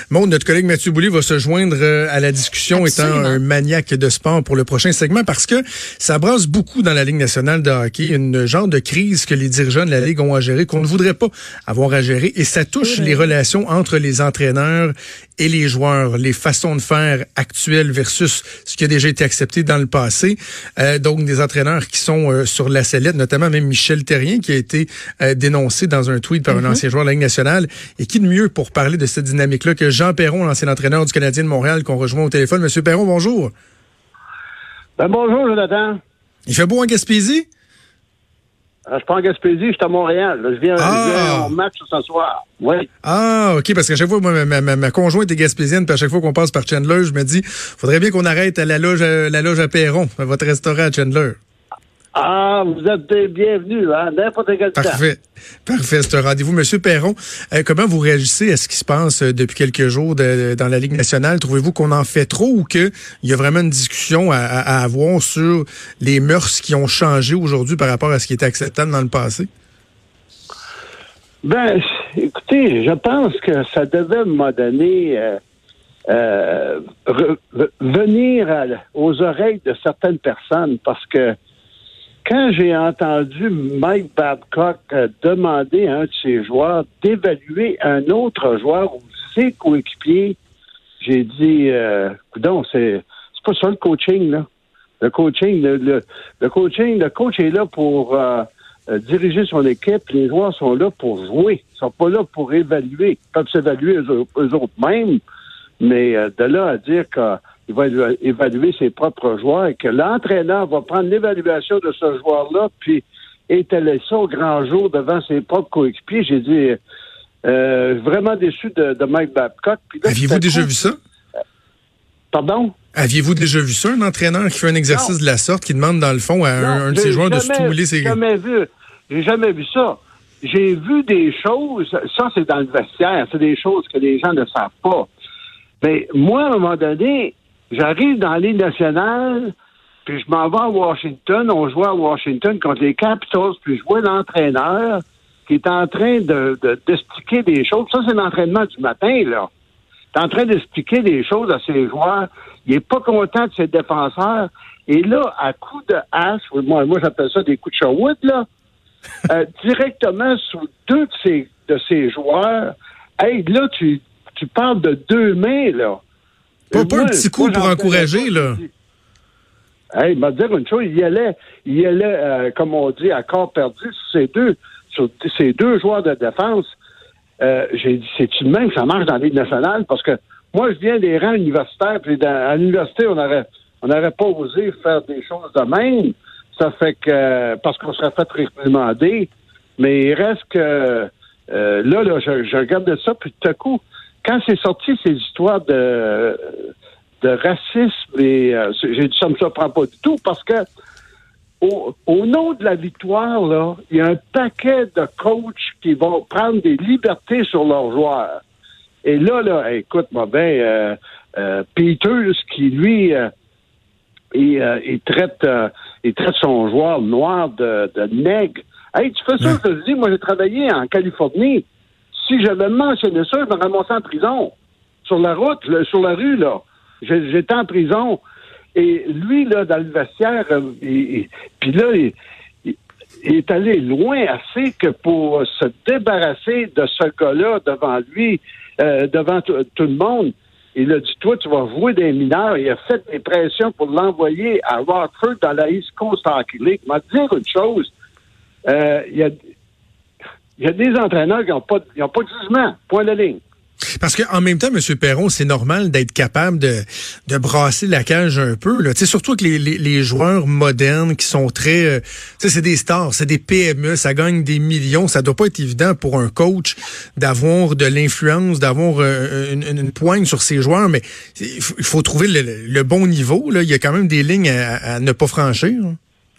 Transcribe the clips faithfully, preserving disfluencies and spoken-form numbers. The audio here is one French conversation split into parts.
Bon, notre collègue Mathieu Boulay va se joindre à la discussion, Absolument. étant un maniaque de sport pour le prochain segment, parce que ça brasse beaucoup dans la Ligue nationale de hockey, une genre de crise que les dirigeants de la Ligue ont à gérer, qu'on ne voudrait pas avoir à gérer, et ça touche oui, les oui. relations entre les entraîneurs et les joueurs, les façons de faire actuelles versus ce qui a déjà été accepté dans le passé. Euh, donc, des entraîneurs qui sont euh, sur la sellette, notamment même Michel Therrien, qui a été euh, dénoncé dans un tweet par mm-hmm. un ancien joueur de la Ligue nationale. Et qui de mieux pour parler de cette dynamique-là que Jean Perron, l'ancien entraîneur du Canadien de Montréal, qu'on rejoint au téléphone. Monsieur Perron, bonjour. Ben bonjour, Jonathan. Il fait beau en Gaspésie? Je suis pas en Gaspésie, je suis à Montréal. Là, je viens, ah. je viens au match ce soir. Oui. Ah, OK, parce qu'à chaque fois, moi, ma, ma, ma conjointe est gaspésienne, puis à chaque fois qu'on passe par Chandler, je me dis, faudrait bien qu'on arrête à la loge, à, la loge à Perron, à votre restaurant à Chandler. Ah, vous êtes bienvenus, hein, n'importe quel temps. Parfait. Parfait, c'est un rendez-vous. Monsieur Perron, euh, comment vous réagissez à ce qui se passe euh, depuis quelques jours de, dans la Ligue nationale? Trouvez-vous qu'on en fait trop ou qu'il y a vraiment une discussion à, à, à avoir sur les mœurs qui ont changé aujourd'hui par rapport à ce qui était acceptable dans le passé? Ben, écoutez, je pense que ça devait, à un moment donné, euh, euh, re, re, venir à, aux oreilles de certaines personnes, parce que quand j'ai entendu Mike Babcock euh, demander à un de ses joueurs d'évaluer un autre joueur ou ses coéquipiers, j'ai dit, euh, non, c'est, c'est pas ça le coaching, là. Le coaching, le, le, le coaching, le coach est là pour euh, euh, diriger son équipe. Les joueurs sont là pour jouer. Ils sont pas là pour évaluer. Ils peuvent s'évaluer eux, eux autres mêmes, mais euh, de là à dire que il va évaluer ses propres joueurs et que l'entraîneur va prendre l'évaluation de ce joueur-là puis étaler ça au grand jour devant ses propres coéquipiers. J'ai dit, euh, vraiment déçu de, de Mike Babcock. Puis là, Aviez-vous déjà coup, vu ça? Pardon? Aviez-vous déjà vu ça, un entraîneur qui fait un exercice non. de la sorte, qui demande dans le fond à un, non, un de ses joueurs jamais, de se touler ses... J'ai jamais vu. J'ai jamais vu ça. J'ai vu des choses, ça c'est dans le vestiaire, c'est des choses que les gens ne savent pas. Mais moi, à un moment donné, j'arrive dans la Ligue nationale, puis je m'en vais à Washington. On jouait à Washington contre les Capitals, puis je vois l'entraîneur qui est en train de, de, d'expliquer des choses. Ça, c'est l'entraînement du matin, là. Il est en train d'expliquer des choses à ses joueurs. Il est pas content de ses défenseurs. Et là, à coups de hache, moi, moi j'appelle ça des coups de Sherwood, là, euh, directement sur deux de ses, de ses joueurs. Hey, là, tu, tu parles de deux mains, là. Pas, pas moi, un petit coup moi, pour encourager, là. Hey, il m'a dit une chose, il y allait, il y allait, euh, comme on dit, à corps perdu sur ces deux, sur ces deux joueurs de défense. Euh, j'ai dit, c'est-tu de même que ça marche dans la Ligue nationale? Parce que moi, je viens des rangs universitaires, puis dans, à l'université, on n'aurait on n'aurait pas osé faire des choses de même. Ça fait que, parce qu'on serait fait réprimander. Mais il reste que, euh, là, là, je, je regardais ça, puis tout à coup, quand c'est sorti ces histoires de, de racisme, et euh, j'ai dit ça me surprend pas du tout, parce que au, au nom de la victoire, là, il y a un paquet de coachs qui vont prendre des libertés sur leurs joueurs. Et là, là, écoute-moi bien, euh, euh, Peters, qui lui, euh, il, euh, il traite, euh, il traite son joueur noir de, de nègre. Hey, tu fais ça, je te dis, moi j'ai travaillé en Californie. Si j'avais mentionné ça, je me ramassais en prison. Sur la route, là, sur la rue, là. J'étais en prison. Et lui, là, dans le vestiaire, puis là, il, il, il est allé loin assez que pour se débarrasser de ce gars-là devant lui, euh, devant tout le monde, il a dit, toi, tu vas jouer des mineurs. Il a fait des pressions pour l'envoyer à Rockford dans la East Coast Hockey League. Il m'a dit une chose. Euh, il y a... Il y a des entraîneurs qui n'ont pas, ils ont pas de jugement. Point de ligne. Parce qu'en même temps, M. Perron, c'est normal d'être capable de, de brasser la cage un peu. Là. Surtout avec les, les, les joueurs modernes qui sont très... Euh, c'est des stars, c'est des P M E, ça gagne des millions. Ça doit pas être évident pour un coach d'avoir de l'influence, d'avoir euh, une, une poigne sur ses joueurs. Mais il faut, il faut trouver le, le bon niveau. Là. Il y a quand même des lignes à, à ne pas franchir. Hein.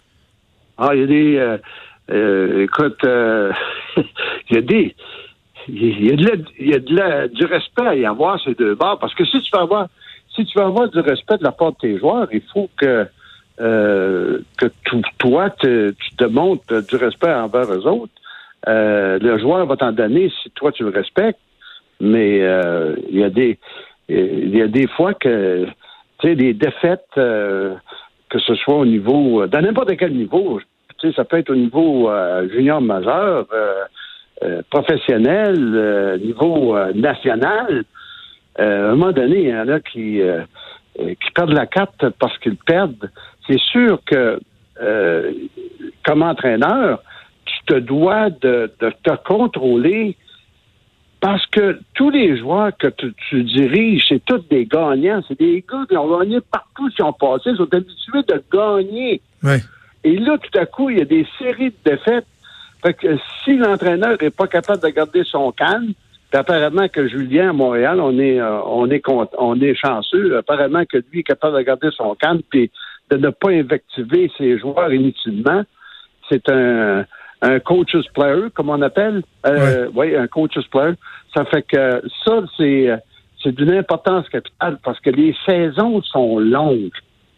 Ah, il y a des... Euh... Euh, écoute, euh, il y a des, il y a de la, il y a de la, du respect à y avoir ces deux bords, parce que si tu veux avoir, si tu veux avoir du respect de la part de tes joueurs, il faut que, euh, que tu, toi, te, tu te montres du respect envers eux autres. Euh, le joueur va t'en donner si toi tu le respectes, Mais euh, il y a des il y a des fois que, tu sais, des défaites, euh, que ce soit au niveau, dans n'importe quel niveau, tu sais, ça peut être au niveau euh, junior majeur, euh, euh, professionnel, euh, niveau euh, national. Euh, à un moment donné, il y en a qui, euh, qui perdent la carte parce qu'ils perdent. C'est sûr que, euh, comme entraîneur, tu te dois de, de te contrôler parce que tous les joueurs que tu, tu diriges, c'est tous des gagnants. C'est des gars qui ont gagné partout, qui ont passé, ils sont habitués de gagner. Ouais. Et là, tout à coup, il y a des séries de défaites. Fait que si l'entraîneur n'est pas capable de garder son calme, puis apparemment que Julien à Montréal, on est euh, on est on est chanceux, apparemment que lui est capable de garder son calme puis de ne pas invectiver ses joueurs inutilement. C'est un un coach's player, comme on appelle. Euh, oui, ouais, un coach's player. Ça fait que ça, c'est, c'est d'une importance capitale parce que les saisons sont longues.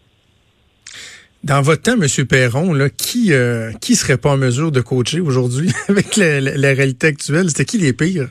Dans votre temps, M. Perron, là, qui euh, qui serait pas en mesure de coacher aujourd'hui avec la, la, la réalité actuelle? C'était qui les pires?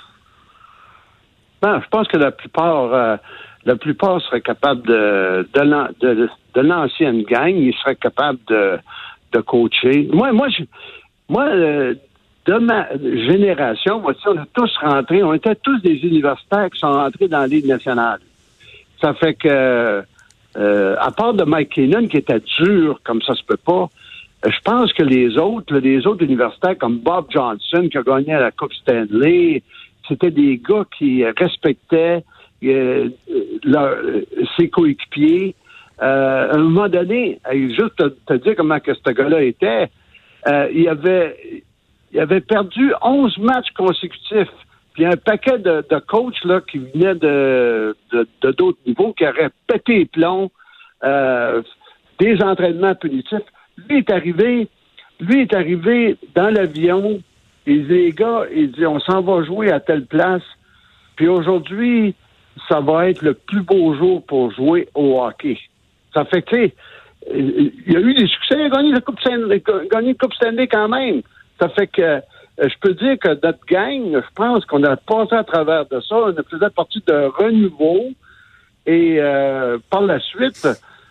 Ben, je pense que la plupart euh, la plupart seraient capables de de, l'an, de, de l'ancienne gang, ils seraient capables de, de coacher. Moi, moi, je Moi, euh, de ma génération, moi, on est tous rentrés, on était tous des universitaires qui sont rentrés dans la Ligue nationale. Ça fait que, euh, à part de Mike Keenan, qui était dur, comme ça se peut pas, euh, je pense que les autres, là, les autres universitaires, comme Bob Johnson, qui a gagné à la Coupe Stanley, c'était des gars qui respectaient euh, leur, ses coéquipiers. Euh, à un moment donné, juste te, te dire comment que ce gars-là était, Euh, il avait il avait perdu onze matchs consécutifs. Puis un paquet de, de coachs là, qui venaient de, de, de d'autres niveaux, qui auraient pété les plombs, euh, des entraînements punitifs. Lui est arrivé, lui est arrivé dans l'avion. Il dit, les gars, il dit, on s'en va jouer à telle place. Puis aujourd'hui, ça va être le plus beau jour pour jouer au hockey. Ça fait que, tu sais, il y a eu des succès, il a gagné la Coupe Stanley, gagné la Coupe Stanley quand même. Ça fait que euh, je peux dire que notre gang, je pense qu'on a passé à travers de ça, on a faisait partie de renouveau. Et euh, par la suite,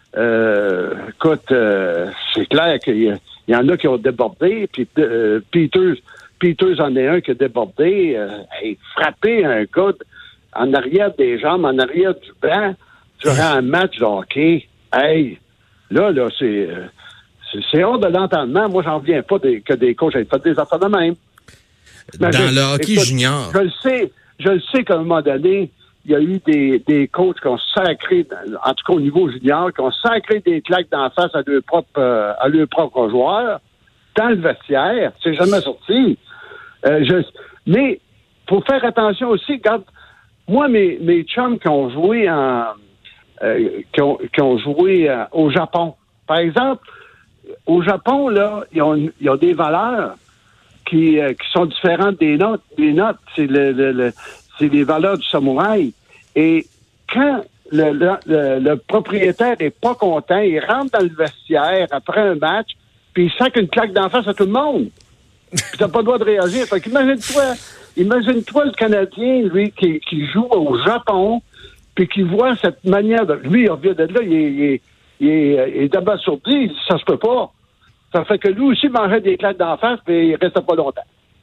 euh, écoute, euh, c'est clair qu'il y, y en a qui ont débordé, puis euh, Peters, Peters en est un qui a débordé, euh, et frappé un gars en arrière des jambes, en arrière du banc, durant un match de hockey. Hey! Là, là, c'est, c'est, c'est hors de l'entendement. Moi, j'en reviens pas des, que des coachs aient fait des affaires de même. Dans je, le hockey écoute, junior. Je le sais, je le sais qu'à un moment donné, il y a eu des, des coachs qui ont sacré, en tout cas au niveau junior, qui ont sacré des claques d'en face à leurs propres, euh, à leurs propres joueurs, dans le vestiaire. C'est jamais sorti. Euh, je, mais, faut faire attention aussi, regarde, moi, mes, mes chums qui ont joué en, Euh, qui, ont, qui ont joué euh, au Japon. Par exemple, au Japon, là, ils ont, ils ont des valeurs qui, euh, qui sont différentes des notes. Les notes, c'est le, le, le c'est les valeurs du samouraï. Et quand le, le, le, le propriétaire est pas content, il rentre dans le vestiaire après un match, puis il sac une claque d'en face à tout le monde. Puis t'as pas le droit de réagir. Fait qu'imagine-toi, imagine-toi le Canadien, lui, qui, qui joue au Japon, puis qui voit cette manière de... Lui, il revient de là, il est, il est, il est, il est abasourdi, il dit, ça se peut pas. Ça fait que lui aussi mangeait des claques d'en face, puis il restait pas longtemps.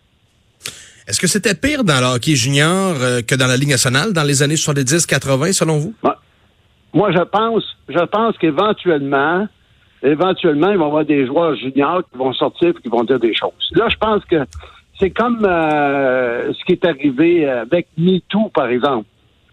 Est-ce que c'était pire dans le hockey junior euh, que dans la Ligue nationale dans les années soixante-dix quatre-vingt, selon vous? Moi, moi je pense je pense qu'éventuellement, éventuellement, il va y avoir des joueurs juniors qui vont sortir et qui vont dire des choses. Là, je pense que c'est comme euh, ce qui est arrivé avec MeToo, par exemple.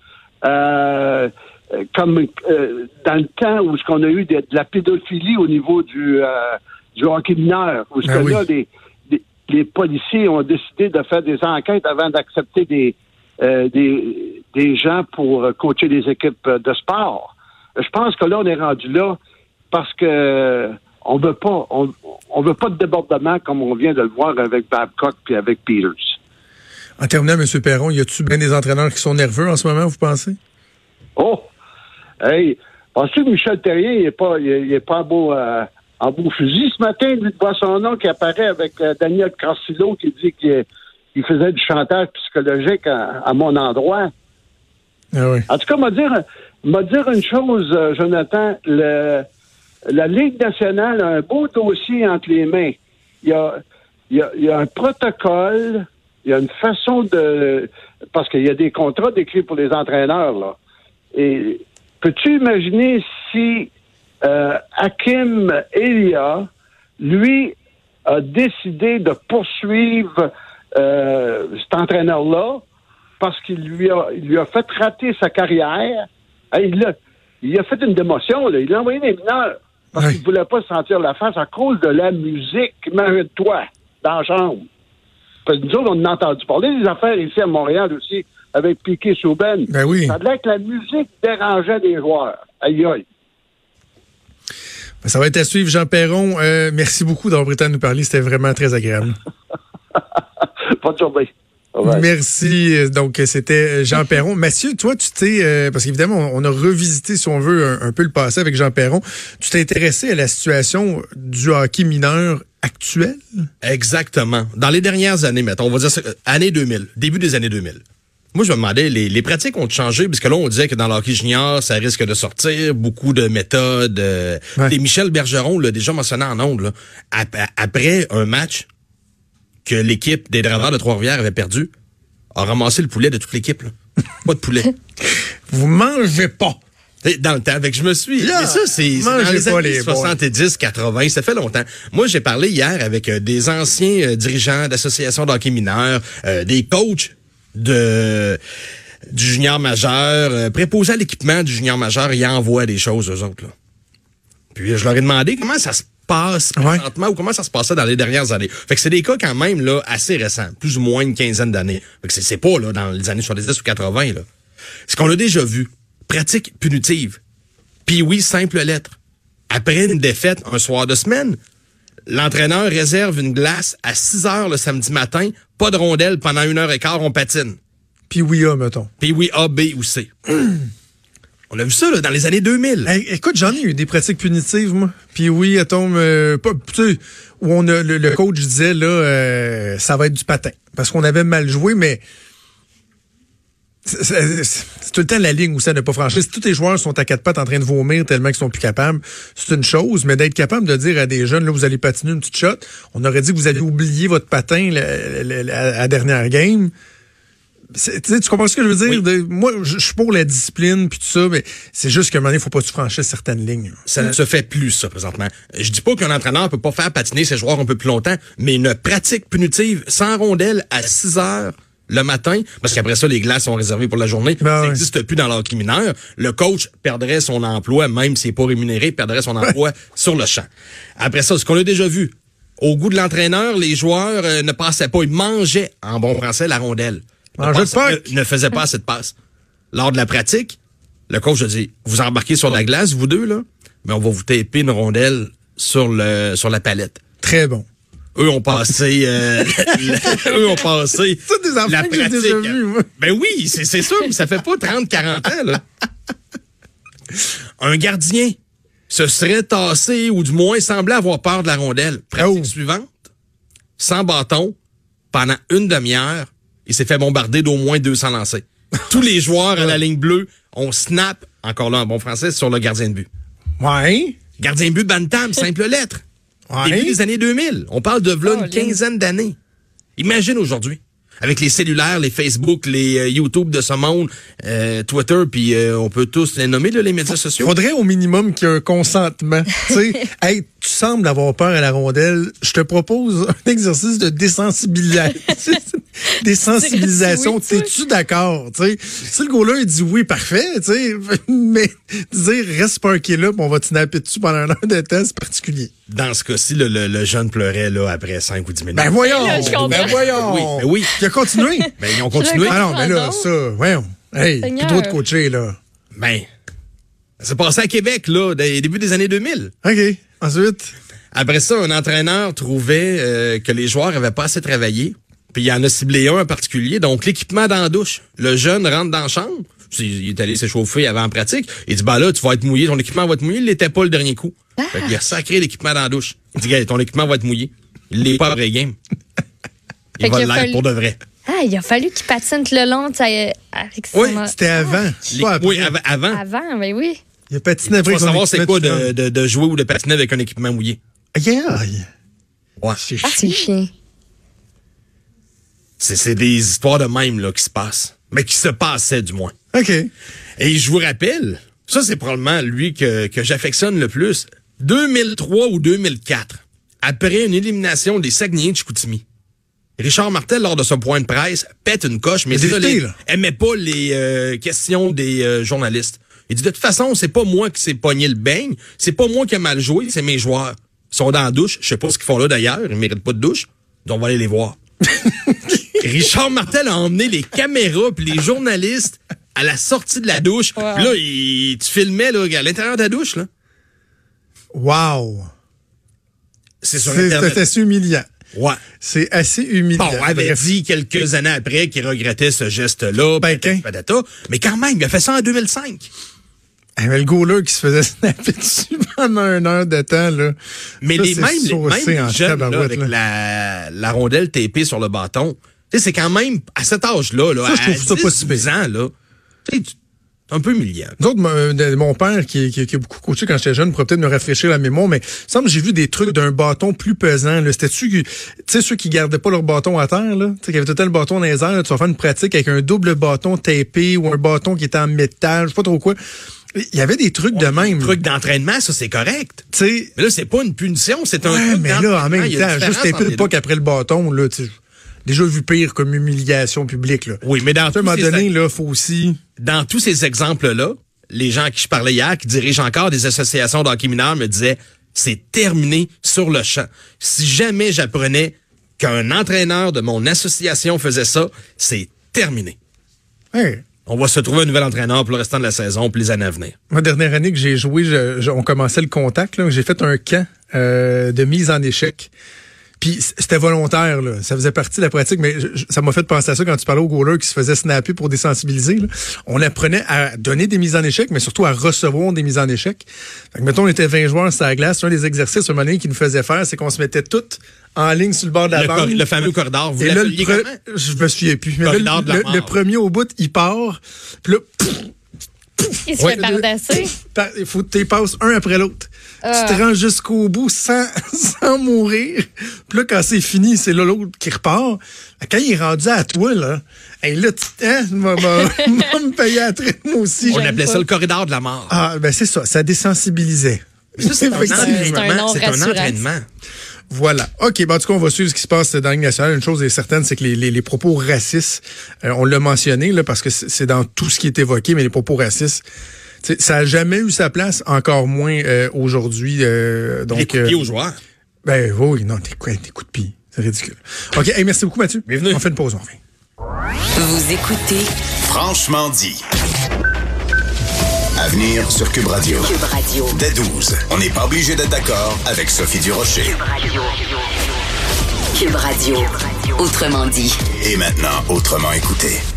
Euh, comme euh, dans le temps où ce qu'on a eu de, de la pédophilie au niveau du euh, du hockey mineur, où ce ah que oui. là, les, les, les policiers ont décidé de faire des enquêtes avant d'accepter des euh, des, des gens pour coacher les équipes de sport. Je pense que là, on est rendu là parce que on veut pas on, on veut pas de débordement comme on vient de le voir avec Babcock puis avec Peters. En terminant, M. Perron, y a-tu bien des entraîneurs qui sont nerveux en ce moment, vous pensez? Oh! Hey! Penses-tu que Michel Terrien, il est pas, il est, il est pas en beau, euh, en beau fusil ce matin, lui, de voir son nom qui apparaît avec euh, Daniel Carcillo qui dit qu'il est, il faisait du chantage psychologique à, à mon endroit. Ah oui. En tout cas, m'a dire, m'a dire une chose, euh, Jonathan, le, la Ligue nationale a un beau dossier entre les mains. Il y a, il y a, il y a un protocole, il y a une façon de... Parce qu'il y a des contrats décrits pour les entraîneurs, là. Et peux-tu imaginer si euh, Hakim Elia, lui, a décidé de poursuivre euh, cet entraîneur-là parce qu'il lui a, il lui a fait rater sa carrière. Il a, il a fait une démotion, là. Il a envoyé des mineurs parce oui. qu'il ne voulait pas sentir la face à cause de la musique. Imagine-toi, dans la chambre. Parce que nous autres, on a entendu parler des affaires ici à Montréal aussi, avec Piquet-Souben. Ben oui. Ça devait être que la musique dérangeait des joueurs. Aïe, aïe. Ça va être à suivre, Jean Perron. Euh, merci beaucoup d'avoir pris le temps de nous parler. C'était vraiment très agréable. Bonne journée. Ouais. Merci. Donc, c'était Jean Perron. Mathieu, toi, tu t'es... Euh, parce qu'évidemment, on a revisité, si on veut, un, un peu le passé avec Jean Perron. Tu t'es intéressé à la situation du hockey mineur actuel? Exactement. Dans les dernières années, mettons, on va dire ça, années deux mille, début des années deux mille. Moi, je me demandais, les, les pratiques ont changé, parce que là, on disait que dans le hockey junior, ça risque de sortir, beaucoup de méthodes. Euh, ouais. Et Michel Bergeron l'a déjà mentionné en ondes, là, ap- après un match que l'équipe des Draveurs de Trois-Rivières avait perdu, a ramassé le poulet de toute l'équipe. Là. Pas de poulet. Vous mangez pas. Dans le temps, avec je me suis. Là, mais ça, c'est, c'est dans les années les soixante-dix, quatre-vingts, ça fait longtemps. Moi, j'ai parlé hier avec euh, des anciens euh, dirigeants d'associations de hockey mineur, euh, des coachs de du junior majeur, euh, préposés à l'équipement du junior majeur, ils envoient des choses aux autres. Là. Puis je leur ai demandé comment ça se passe présentement ouais. ou comment ça se passait dans les dernières années. Fait que c'est des cas quand même là assez récents, plus ou moins une quinzaine d'années. Fait que c'est, c'est pas là dans les années soixante-dix ou quatre-vingts. Là. Ce qu'on a déjà vu, pratique punitive. Puis oui, simple lettre. Après une défaite un soir de semaine, l'entraîneur réserve une glace à six heures le samedi matin, pas de rondelle pendant une heure et quart, on patine. Puis oui, A, mettons. Puis oui, A, B ou C. On a vu ça là, dans les années deux mille. Hey, écoute, j'en ai eu des pratiques punitives, moi. Puis oui, elle tombe, euh, pas, tu sais, où on a, le, le coach disait, là, euh, ça va être du patin. Parce qu'on avait mal joué, mais c'est, c'est, c'est tout le temps la ligne où ça n'a pas franchi. Si tous les joueurs sont à quatre pattes en train de vomir tellement qu'ils sont plus capables, c'est une chose, mais d'être capable de dire à des jeunes, là, vous allez patiner une petite shot, on aurait dit que vous avez oublié votre patin la, la, la, la dernière game. C'est, tu comprends ce que je veux dire? Oui. De, moi, je suis pour la discipline puis tout ça, mais c'est juste qu'à un moment donné, il faut pas que tu franchisses certaines lignes. Ça ne se fait plus, ça, présentement. Je dis pas qu'un entraîneur peut pas faire patiner ses joueurs un peu plus longtemps, mais une pratique punitive sans rondelle à six heures le matin, parce qu'après ça, les glaces sont réservées pour la journée. Ben ça n'existe ouais. plus dans le hockey mineur. Le coach perdrait son emploi, même s'il n'est pas rémunéré, perdrait son emploi ouais. sur le champ. Après ça, ce qu'on a déjà vu, au goût de l'entraîneur, les joueurs euh, ne passaient pas, ils mangeaient, en bon français, la rondelle. Ne, passe, ne, ne faisait pas assez de passes. Lors de la pratique, le coach a dit, vous embarquez sur la glace, vous deux, là, mais on va vous taper une rondelle sur le sur la palette. Très bon. Eux ont passé, euh, la, eux ont passé. C'est des enfants que j'ai déjà vus, moi. Ben oui, c'est, c'est sûr, mais ça fait pas trente quarante ans, là. Un gardien se serait tassé, ou du moins semblait avoir peur de la rondelle. Pratique oh. suivante, sans bâton, pendant une demi-heure, il s'est fait bombarder d'au moins deux cents lancers. Tous les joueurs à la ligne bleue ont snap, encore là en bon français, sur le gardien de but. Ouais. Gardien de but Bantam, simple lettre. Ouais. Début des années deux mille. On parle de là oh, une quinzaine d'années. Imagine aujourd'hui. Avec les cellulaires, les Facebook, les euh, YouTube de ce monde, euh, Twitter, puis euh, on peut tous les nommer, là, les médias sociaux. Faudrait au minimum qu'il y ait un consentement. Tu sais, hey, tu sembles avoir peur à la rondelle. Je te propose un exercice de désensibilisation. Désensibilisation. T'es-tu d'accord? Tu sais, si le gars-là il dit oui, parfait, tu sais, mais dire reste parké là, puis on va te snapper dessus pendant un heure de temps, c'est particulier. Dans ce cas-ci, le, le, le jeune pleurait là après cinq ou dix minutes. Ben voyons! Là, ben voyons! Oui, ben oui. Il a continué. Ben ils ont continué. Ah non, mais là, ça, voyons. Hey, plus trop de coacher, là. Ben, ça s'est passé à Québec, là, début des années deux mille. OK. Ensuite? Après ça, un entraîneur trouvait euh, que les joueurs avaient pas assez travaillé. Puis il en a ciblé un en particulier. Donc, l'équipement dans la douche. Le jeune rentre dans la chambre. Il est allé s'échauffer avant en pratique. Il dit, bah là, tu vas être mouillé. Ton équipement va être mouillé. Il l'était pas le dernier coup. Ah. Fait qu'il a sacré l'équipement dans la douche. Il dit, ton équipement va être mouillé. Il l'est pas après game. Il va l'être fallu... pour de vrai. Ah, il a fallu qu'il patine le long avec son... Oui, c'était avant. Ah, Les... Oui, av- avant. Avant, mais oui. Il a patiné avec son équipement. Il faut savoir c'est quoi de, de, de jouer ou de patiner avec un équipement mouillé. Yeah. Ouais. C'est ah, c'est chien. C'est, c'est des histoires de même là, qui se passent. Mais qui se passaient, du moins. OK. Et je vous rappelle, ça, c'est probablement lui que, que j'affectionne le plus. deux mille trois ou deux mille quatre, après une élimination des Saguenayens de Chicoutimi, Richard Martel, lors de son point de presse, pète une coche, mais il aimait pas les euh, questions des euh, journalistes. Il dit, de toute façon, c'est pas moi qui s'est pogné le beigne, c'est pas moi qui ai mal joué, c'est mes joueurs. Ils sont dans la douche, je sais pas ce qu'ils font là d'ailleurs, ils méritent pas de douche, donc on va aller les voir. Richard Martel a emmené les caméras puis les journalistes à la sortie de la douche. Wow. Puis là, il, tu filmais là, à l'intérieur de la douche. Là. Wow! C'est sur c'est, c'est assez humiliant. Ouais. C'est assez humiliant. Bon, on avait Bref. dit quelques années après qu'il regrettait ce geste-là. Ben, patata, mais quand même, il a fait ça en deux mille cinq. Il y avait le goaler qui se faisait snapper dessus pendant une heure de temps. Là. Mais ça, les mêmes, les, même les jeunes là, avec là. La, la rondelle tapée sur le bâton, tu sais, c'est quand même, à cet âge-là, là, ça, je trouve à ça pas dix ans, là, tu sais, un peu humiliant. D'autres, mon, mon père, qui, qui, qui a beaucoup coaché quand j'étais jeune, pourrait peut-être me rafraîchir la mémoire, mais il me semble que j'ai vu des trucs d'un bâton plus pesant. Là. C'était-tu, tu sais, ceux qui gardaient pas leur bâton à terre, là, tu sais, qui avaient tout le temps le bâton dans les airs, là, tu vas faire une pratique avec un double bâton tapé ou un bâton qui était en métal, je sais pas trop quoi. Il y avait des trucs ouais, de même. Des trucs d'entraînement, ça, c'est correct. T'sais, mais là, c'est pas une punition, c'est un ouais, truc mais là, en même temps, juste taper le puck après le bâton, là, tu sais. Déjà vu pire comme humiliation publique, là. Oui, mais dans à un moment donné, là, faut aussi... Dans tous ces exemples-là, les gens à qui je parlais hier, qui dirigent encore des associations de hockey mineur, me disaient, c'est terminé sur le champ. Si jamais j'apprenais qu'un entraîneur de mon association faisait ça, c'est terminé. Hey. On va se trouver un nouvel entraîneur pour le restant de la saison, pour les années à venir. Ma dernière année que j'ai joué, je, je, on commençait le contact, là, j'ai fait un camp euh, de mise en échec. Puis c'était volontaire, là. Ça faisait partie de la pratique, mais je, ça m'a fait penser à ça quand tu parlais au goaler qui se faisait snapper pour désensibiliser. Là. On apprenait à donner des mises en échec, mais surtout à recevoir des mises en échec. Fait que, mettons, on était vingt joueurs sur la glace. Un des exercices, un moment donné, qui nous faisait faire, c'est qu'on se mettait toutes en ligne sur le bord de la le bande. Cor- le fameux corridor. Vous Et là, le pre- je me souviens plus. Mais là, le, le, le premier au bout, il part. Puis là, pff, il se ouais, fait bardasser. Il faut que tu passes un après l'autre. Euh. Tu te rends jusqu'au bout sans, sans mourir. Puis là, quand c'est fini, c'est là l'autre qui repart. Quand il est rendu à toi, là, hey, là, tu hein, m'as me payer à traite, moi aussi. On appelait pas. ça le corridor de la mort. Ah, ben c'est ça. Ça désensibilisait. Mais ça, c'est, un entraînement. C'est un entraînement. Voilà. OK, ben, en tout cas, on va suivre ce qui se passe dans la Ligue nationale. Une chose est certaine, c'est que les, les, les propos racistes, euh, on l'a mentionné, là, parce que c'est dans tout ce qui est évoqué, mais les propos racistes, ça n'a jamais eu sa place, encore moins euh, aujourd'hui. Euh, donc, les coups de pied euh, aux joueurs. Ben oui, non, des coups, des coups de pied. C'est ridicule. OK, hey, merci beaucoup, Mathieu. Bienvenue. On fait une pause, on revient. Vous écoutez Franchement dit. À venir sur Cube Radio. Cube Radio. Dès douze. On n'est pas obligé d'être d'accord avec Sophie Durocher. Cube Radio. Cube Radio. Autrement dit. Et maintenant, autrement écouté.